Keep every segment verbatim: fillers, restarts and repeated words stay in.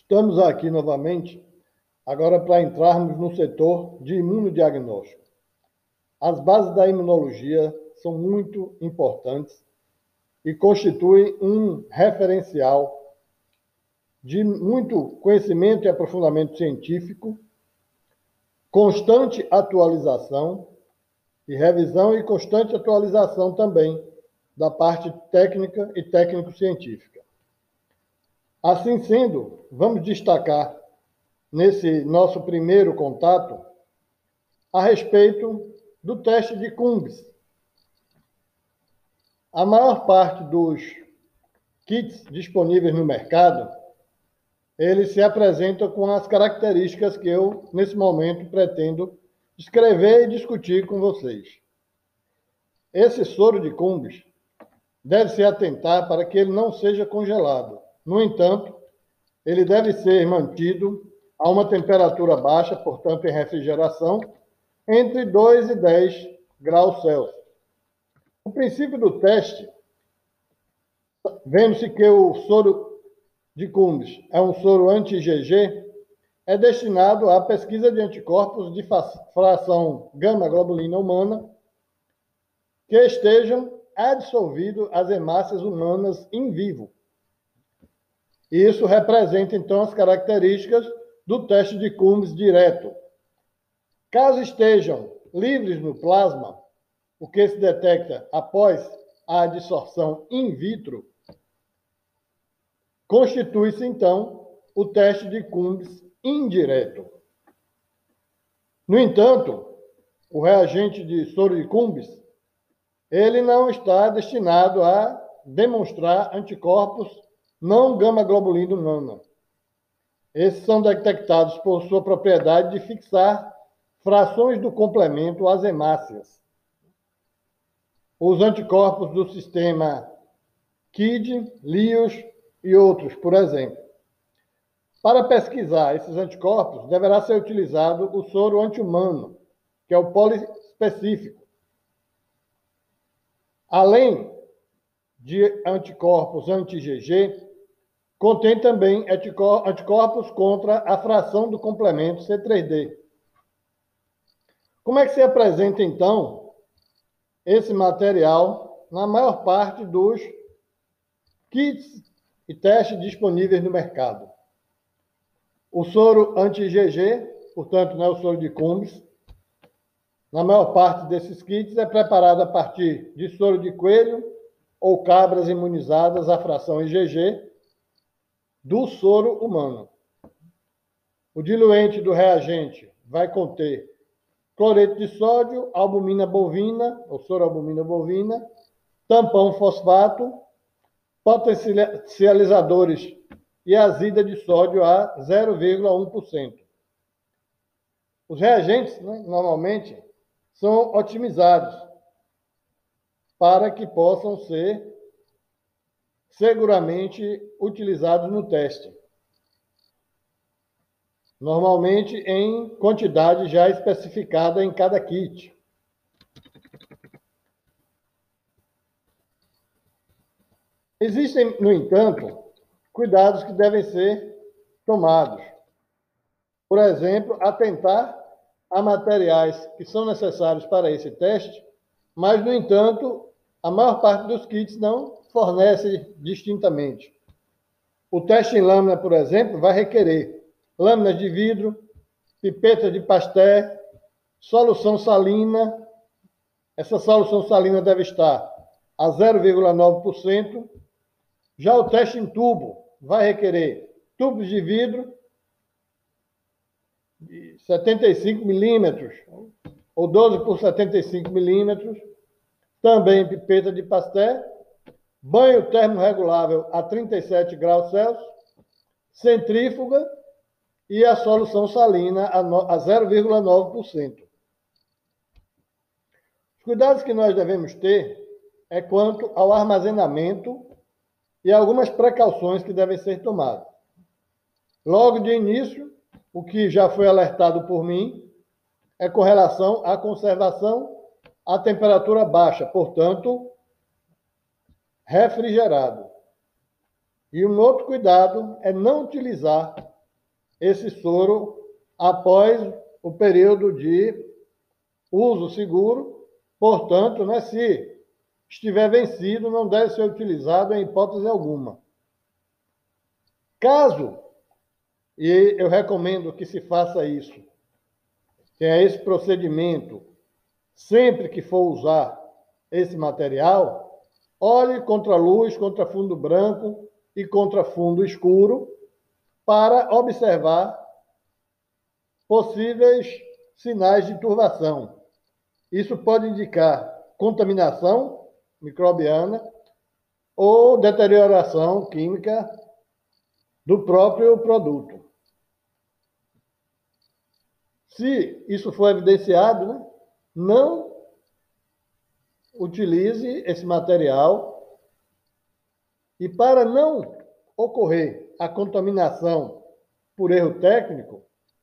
Estamos aqui novamente, agora para entrarmos no setor de imunodiagnóstico. As bases da imunologia são muito importantes e constituem um referencial de muito conhecimento e aprofundamento científico, constante atualização e revisão e constante atualização também da parte técnica e técnico-científica. Assim sendo, vamos destacar nesse nosso primeiro contato a respeito do teste de Cumbres. A maior parte dos kits disponíveis no mercado, eles se apresentam com as características que eu, nesse momento, pretendo descrever e discutir com vocês. Esse soro de Cumbres deve se atentar para que ele não seja congelado. No entanto, ele deve ser mantido a uma temperatura baixa, portanto, em refrigeração, entre dois e dez graus Celsius. O princípio do teste, vendo-se que o soro de Cumbres é um soro anti-I G, é destinado à pesquisa de anticorpos de fração gama-globulina humana que estejam adsorvidos às hemácias humanas em vivo. Isso representa, então, as características do teste de Cumbres direto. Caso estejam livres no plasma, o que se detecta após a adsorção in vitro, constitui-se, então, o teste de Cumbres indireto. No entanto, o reagente de soro de Cumbres, ele não está destinado a demonstrar anticorpos não gama-globulina humana. Esses são detectados por sua propriedade de fixar frações do complemento às hemácias. Os anticorpos do sistema K I D, Lewis e outros, por exemplo. Para pesquisar esses anticorpos, deverá ser utilizado o soro anti-humano, que é o poliespecífico. Além de anticorpos anti-I G, contém também anticorpos contra a fração do complemento C três D. Como é que se apresenta, então, esse material na maior parte dos kits e testes disponíveis no mercado? O soro anti-I G, portanto, não é o soro de Cumbres, na maior parte desses kits é preparado a partir de soro de coelho ou cabras imunizadas à fração I G G do soro humano. O diluente do reagente vai conter cloreto de sódio, albumina bovina, ou soroalbumina bovina, tampão fosfato, potencializadores e azida de sódio a zero vírgula um por cento. Os reagentes, né, normalmente, são otimizados para que possam ser seguramente utilizados no teste. Normalmente em quantidade já especificada em cada kit. Existem, no entanto, cuidados que devem ser tomados. Por exemplo, atentar a materiais que são necessários para esse teste, mas, no entanto, a maior parte dos kits não fornece distintamente. O teste em lâmina, por exemplo, vai requerer lâminas de vidro, pipeta de pastel, solução salina. Essa solução salina deve estar a zero vírgula nove por cento. Já o teste em tubo vai requerer tubos de vidro de setenta e cinco milímetros, ou doze por setenta e cinco milímetros, também pipeta de pastel, banho termorregulável a trinta e sete graus Celsius, centrífuga e a solução salina a zero vírgula nove por cento. Os cuidados que nós devemos ter é quanto ao armazenamento e algumas precauções que devem ser tomadas. Logo de início, o que já foi alertado por mim é com relação à conservação a temperatura baixa, portanto, refrigerado. E um outro cuidado é não utilizar esse soro após o período de uso seguro. Portanto, né, se estiver vencido, não deve ser utilizado em hipótese alguma. Caso, e eu recomendo que se faça isso, tenha esse procedimento sempre que for usar esse material, olhe contra luz, contra fundo branco e contra fundo escuro para observar possíveis sinais de turvação. Isso pode indicar contaminação microbiana ou deterioração química do próprio produto. Se isso for evidenciado, né, não utilize esse material. E para não ocorrer a contaminação por erro técnico,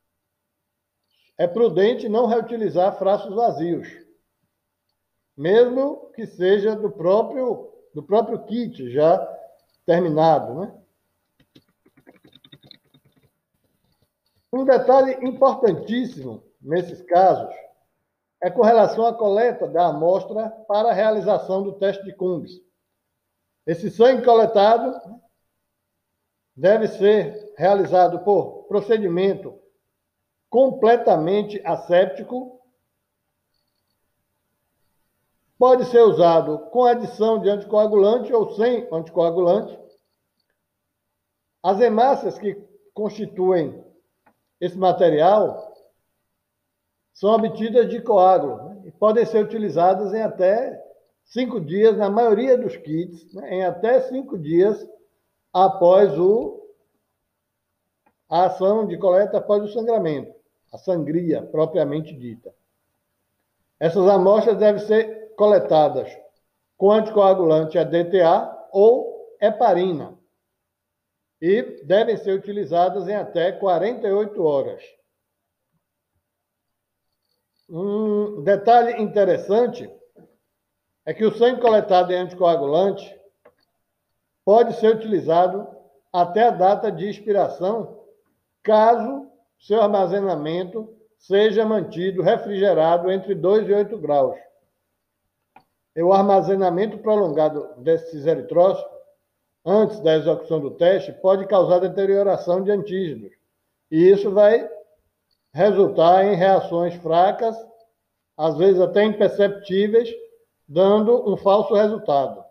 é prudente não reutilizar frascos vazios, mesmo que seja do próprio, do próprio kit já terminado, né? Um detalhe importantíssimo nesses casos é com relação à coleta da amostra para a realização do teste de Cumbres. Esse sangue coletado deve ser realizado por procedimento completamente asséptico. Pode ser usado com adição de anticoagulante ou sem anticoagulante. As hemácias que constituem esse material são obtidas de coágulo, né, e podem ser utilizadas em até cinco dias, na maioria dos kits, né, em até cinco dias após o, a ação de coleta após o sangramento, a sangria propriamente dita. Essas amostras devem ser coletadas com anticoagulante A D T A ou heparina e devem ser utilizadas em até quarenta e oito horas. Um detalhe interessante é que o sangue coletado em anticoagulante pode ser utilizado até a data de expiração, caso seu armazenamento seja mantido refrigerado entre dois e oito graus. E o armazenamento prolongado desses eritrócitos, antes da execução do teste, pode causar deterioração de antígenos. E isso vai resultar em reações fracas, às vezes até imperceptíveis, dando um falso resultado.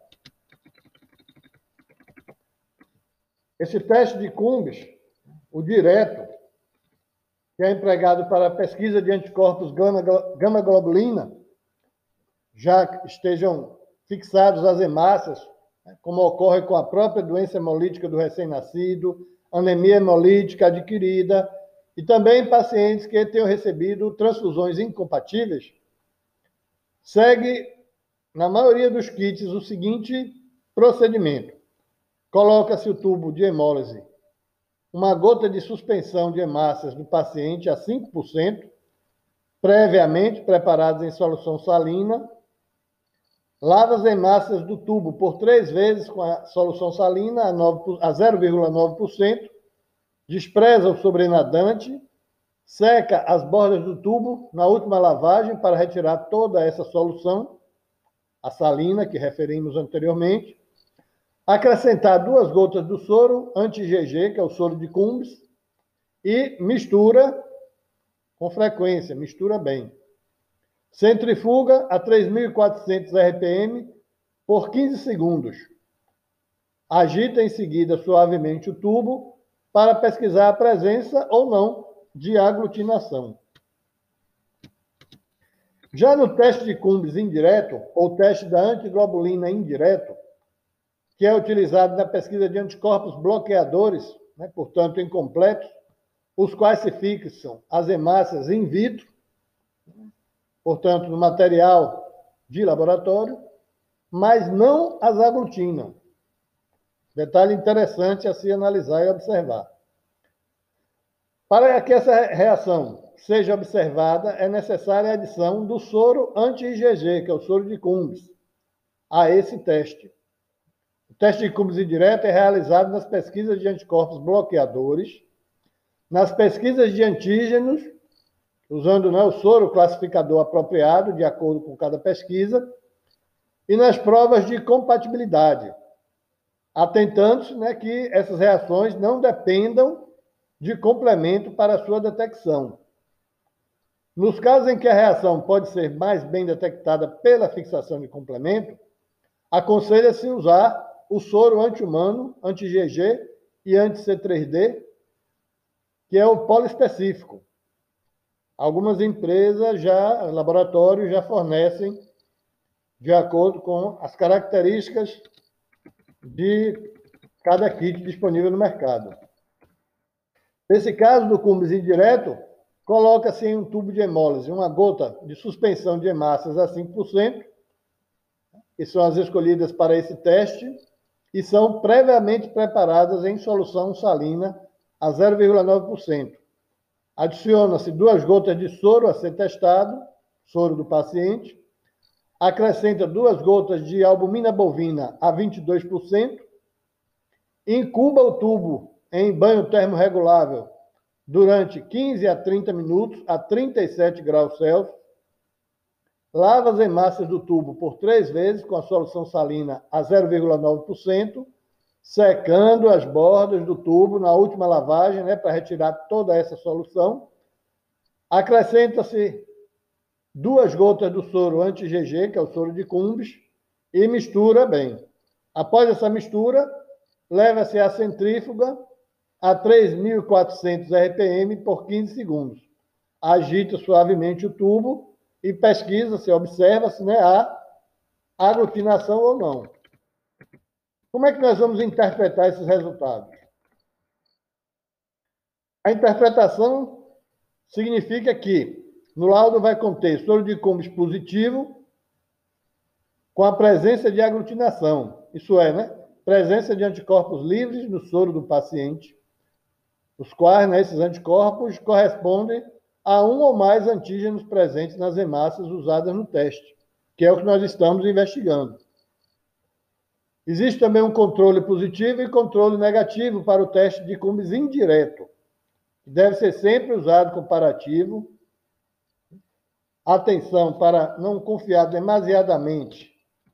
Esse teste de Cumbres, o direto, que é empregado para a pesquisa de anticorpos gama-globulina, já estejam fixados as hemácias, como ocorre com a própria doença hemolítica do recém-nascido, anemia hemolítica adquirida, e também em pacientes que tenham recebido transfusões incompatíveis, segue, na maioria dos kits, o seguinte procedimento. Coloca-se o tubo de hemólise, uma gota de suspensão de hemácias do paciente a cinco por cento, previamente preparados em solução salina. Lava as hemácias do tubo por três vezes com a solução salina a zero vírgula nove por cento, despreza o sobrenadante, seca as bordas do tubo na última lavagem para retirar toda essa solução, a salina que referimos anteriormente, acrescentar duas gotas do soro anti-G G, que é o soro de Cumbres, e mistura com frequência, mistura bem. Centrifuga a três mil e quatrocentos R P M por quinze segundos. Agita em seguida suavemente o tubo para pesquisar a presença ou não de aglutinação. Já no teste de Cumbres indireto, ou teste da antiglobulina indireto, que é utilizado na pesquisa de anticorpos bloqueadores, né, portanto incompletos, os quais se fixam as hemácias in vitro, portanto no material de laboratório, mas não as aglutinam. Detalhe interessante a se analisar e observar. Para que essa reação seja observada, é necessária a adição do soro anti-I G G, que é o soro de Cumbres, a esse teste. O teste de Cumbres indireto é realizado nas pesquisas de anticorpos bloqueadores, nas pesquisas de antígenos, usando, né, o soro classificador apropriado, de acordo com cada pesquisa, e nas provas de compatibilidade, atentando-se, né, que essas reações não dependam de complemento para sua detecção. Nos casos em que a reação pode ser mais bem detectada pela fixação de complemento, aconselha-se usar o soro anti-humano, anti-G G e anti-C três D, que é o poliespecífico. Algumas empresas, já, laboratórios, já fornecem de acordo com as características de cada kit disponível no mercado. Nesse caso do cumbis indireto, coloca-se em um tubo de hemólise uma gota de suspensão de hemácias a cinco por cento, que são as escolhidas para esse teste, e são previamente preparadas em solução salina a zero vírgula nove por cento. Adiciona-se duas gotas de soro a ser testado, soro do paciente, acrescenta duas gotas de albumina bovina a vinte e dois por cento, incuba o tubo em banho termorregulável durante quinze a trinta minutos a trinta e sete graus Celsius, lava as hemácias do tubo por três vezes com a solução salina a zero vírgula nove por cento, secando as bordas do tubo na última lavagem, né, para retirar toda essa solução. Acrescenta-se duas gotas do soro anti-G G, que é o soro de cumbis, e mistura bem. Após essa mistura, leva-se à centrífuga a três mil e quatrocentos R P M por quinze segundos. Agita suavemente o tubo e pesquisa-se, observa-se, né, a aglutinação ou não. Como é que nós vamos interpretar esses resultados? A interpretação significa que no laudo vai conter soro de cumbis positivo com a presença de aglutinação, isso é, né, presença de anticorpos livres no soro do paciente, os quais, né, esses anticorpos correspondem a um ou mais antígenos presentes nas hemácias usadas no teste, que é o que nós estamos investigando. Existe também um controle positivo e controle negativo para o teste de cumbis indireto, que deve ser sempre usado comparativo. Atenção para não confiar demasiadamente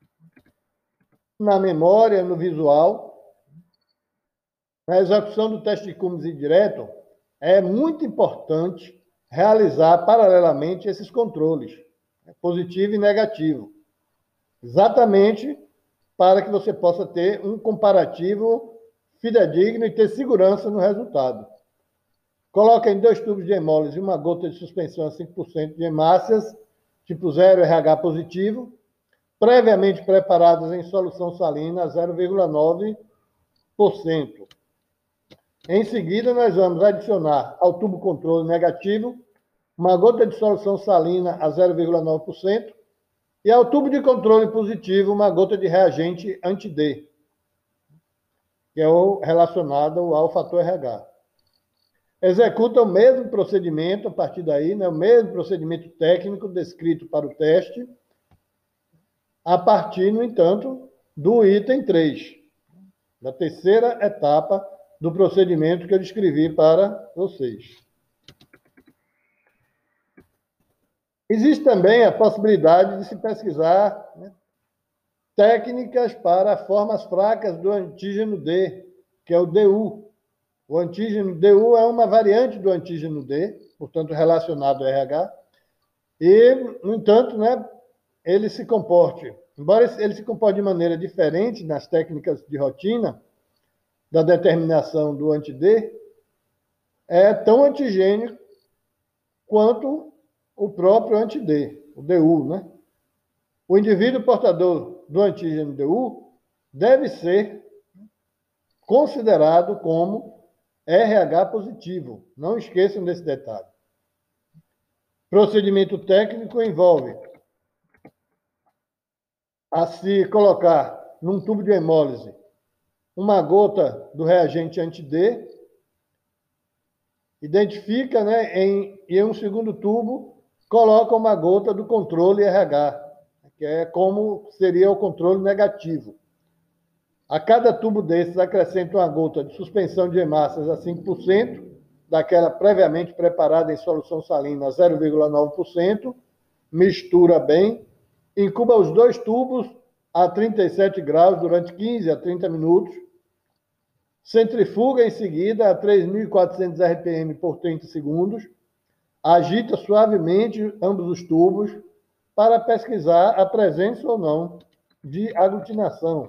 na memória, no visual. Na execução do teste de cumbis indireto, é muito importante realizar paralelamente esses controles, positivo e negativo, exatamente para que você possa ter um comparativo fidedigno e ter segurança no resultado. Coloca em dois tubos de hemólise uma gota de suspensão a cinco por cento de hemácias, tipo zero R H positivo, previamente preparadas em solução salina a zero vírgula nove por cento. Em seguida, nós vamos adicionar ao tubo controle negativo uma gota de solução salina a zero vírgula nove por cento e ao tubo de controle positivo uma gota de reagente anti-D, que é o relacionado ao fator R H. Executa o mesmo procedimento, a partir daí, né, o mesmo procedimento técnico descrito para o teste, a partir, no entanto, do item três, da terceira etapa do procedimento que eu descrevi para vocês. Existe também a possibilidade de se pesquisar, né, técnicas para formas fracas do antígeno D, que é o D U. O antígeno D U é uma variante do antígeno D, portanto, relacionado ao R H, e, no entanto, né, ele se comporte, embora ele se comporte de maneira diferente nas técnicas de rotina da determinação do anti-D, é tão antigênico quanto o próprio anti-D, o D U, né? O indivíduo portador do antígeno D U deve ser considerado como R H positivo. Não esqueçam desse detalhe. Procedimento técnico envolve a se colocar num tubo de hemólise uma gota do reagente anti-D, identifica, né, em, em um segundo tubo, coloca uma gota do controle R H, que é como seria o controle negativo. A cada tubo desses acrescenta uma gota de suspensão de hemácias a cinco por cento daquela previamente preparada em solução salina zero vírgula nove por cento, mistura bem, incuba os dois tubos a trinta e sete graus durante quinze a trinta minutos, centrifuga em seguida a três mil e quatrocentos R P M por trinta segundos, agita suavemente ambos os tubos para pesquisar a presença ou não de aglutinação.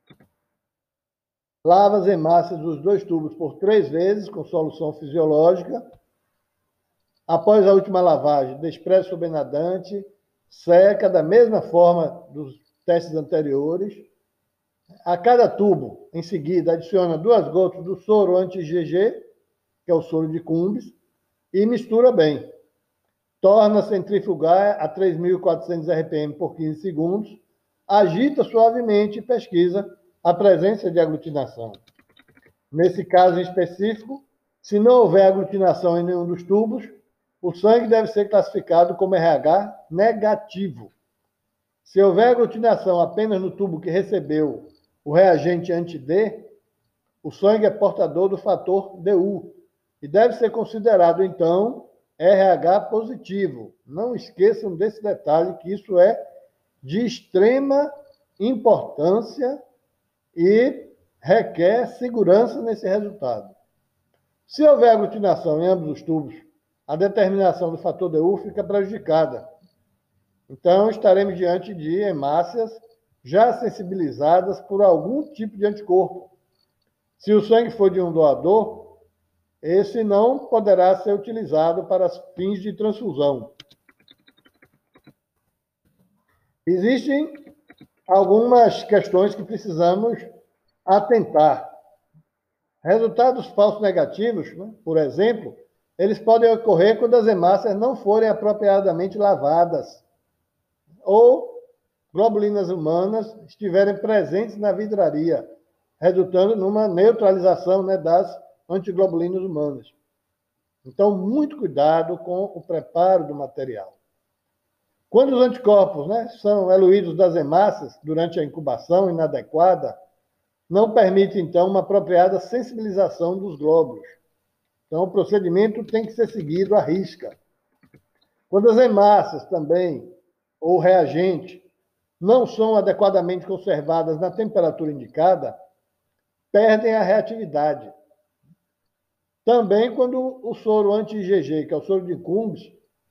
Lava as hemácias dos dois tubos por três vezes com solução fisiológica. Após a última lavagem, despreze sobre nadante, seca da mesma forma dos testes anteriores. A cada tubo, em seguida, adiciona duas gotas do soro anti-G G, que é o soro de Cumbres, e mistura bem. Torna a centrifugar a três mil e quatrocentos R P M por quinze segundos, agita suavemente e pesquisa a presença de aglutinação. Nesse caso em específico, se não houver aglutinação em nenhum dos tubos, o sangue deve ser classificado como R H negativo. Se houver aglutinação apenas no tubo que recebeu o reagente anti-D, o sangue é portador do fator D U e deve ser considerado, então, R H positivo. Não esqueçam desse detalhe, que isso é de extrema importância e requer segurança nesse resultado. Se houver aglutinação em ambos os tubos, a determinação do fator D U fica prejudicada. Então, estaremos diante de hemácias já sensibilizadas por algum tipo de anticorpo. Se o sangue for de um doador, esse não poderá ser utilizado para fins de transfusão. Existem algumas questões que precisamos atentar. Resultados falsos negativos, né, por exemplo, eles podem ocorrer quando as hemácias não forem apropriadamente lavadas ou globulinas humanas estiverem presentes na vidraria, resultando numa neutralização, né, das antiglobulinas humanas. Então, muito cuidado com o preparo do material. Quando os anticorpos, né, são eluídos das hemácias durante a incubação inadequada, não permite, então, uma apropriada sensibilização dos glóbulos. Então, o procedimento tem que ser seguido à risca. Quando as hemácias também, ou reagente, não são adequadamente conservadas na temperatura indicada, perdem a reatividade. Também quando o soro anti-G G, que é o soro de Cumbres,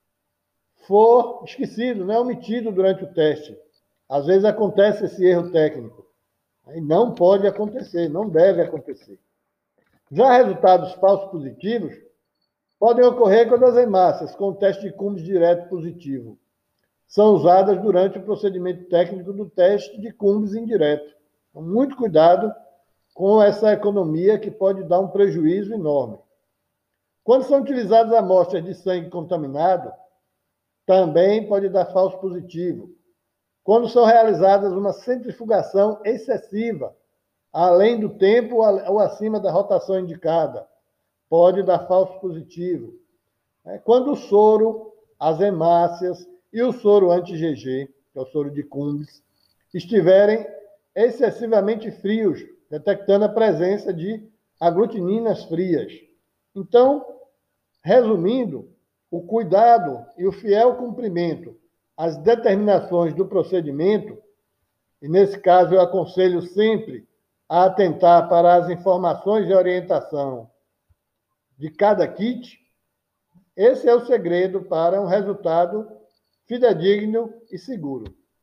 for esquecido, né, omitido durante o teste. Às vezes acontece esse erro técnico. E não pode acontecer, não deve acontecer. Já resultados falsos positivos podem ocorrer quando as hemácias com o teste de Cumbres direto positivo são usadas durante o procedimento técnico do teste de Cumbres indireto. Então, muito cuidado com essa economia que pode dar um prejuízo enorme. Quando são utilizadas amostras de sangue contaminado, também pode dar falso positivo. Quando são realizadas uma centrifugação excessiva, além do tempo ou acima da rotação indicada, pode dar falso positivo. Quando o soro, as hemácias e o soro anti-G G, que é o soro de Cumbres, estiverem excessivamente frios, detectando a presença de aglutininas frias. Então, resumindo, o cuidado e o fiel cumprimento às determinações do procedimento, e nesse caso eu aconselho sempre a atentar para as informações de orientação de cada kit, esse é o segredo para um resultado fidedigno e seguro.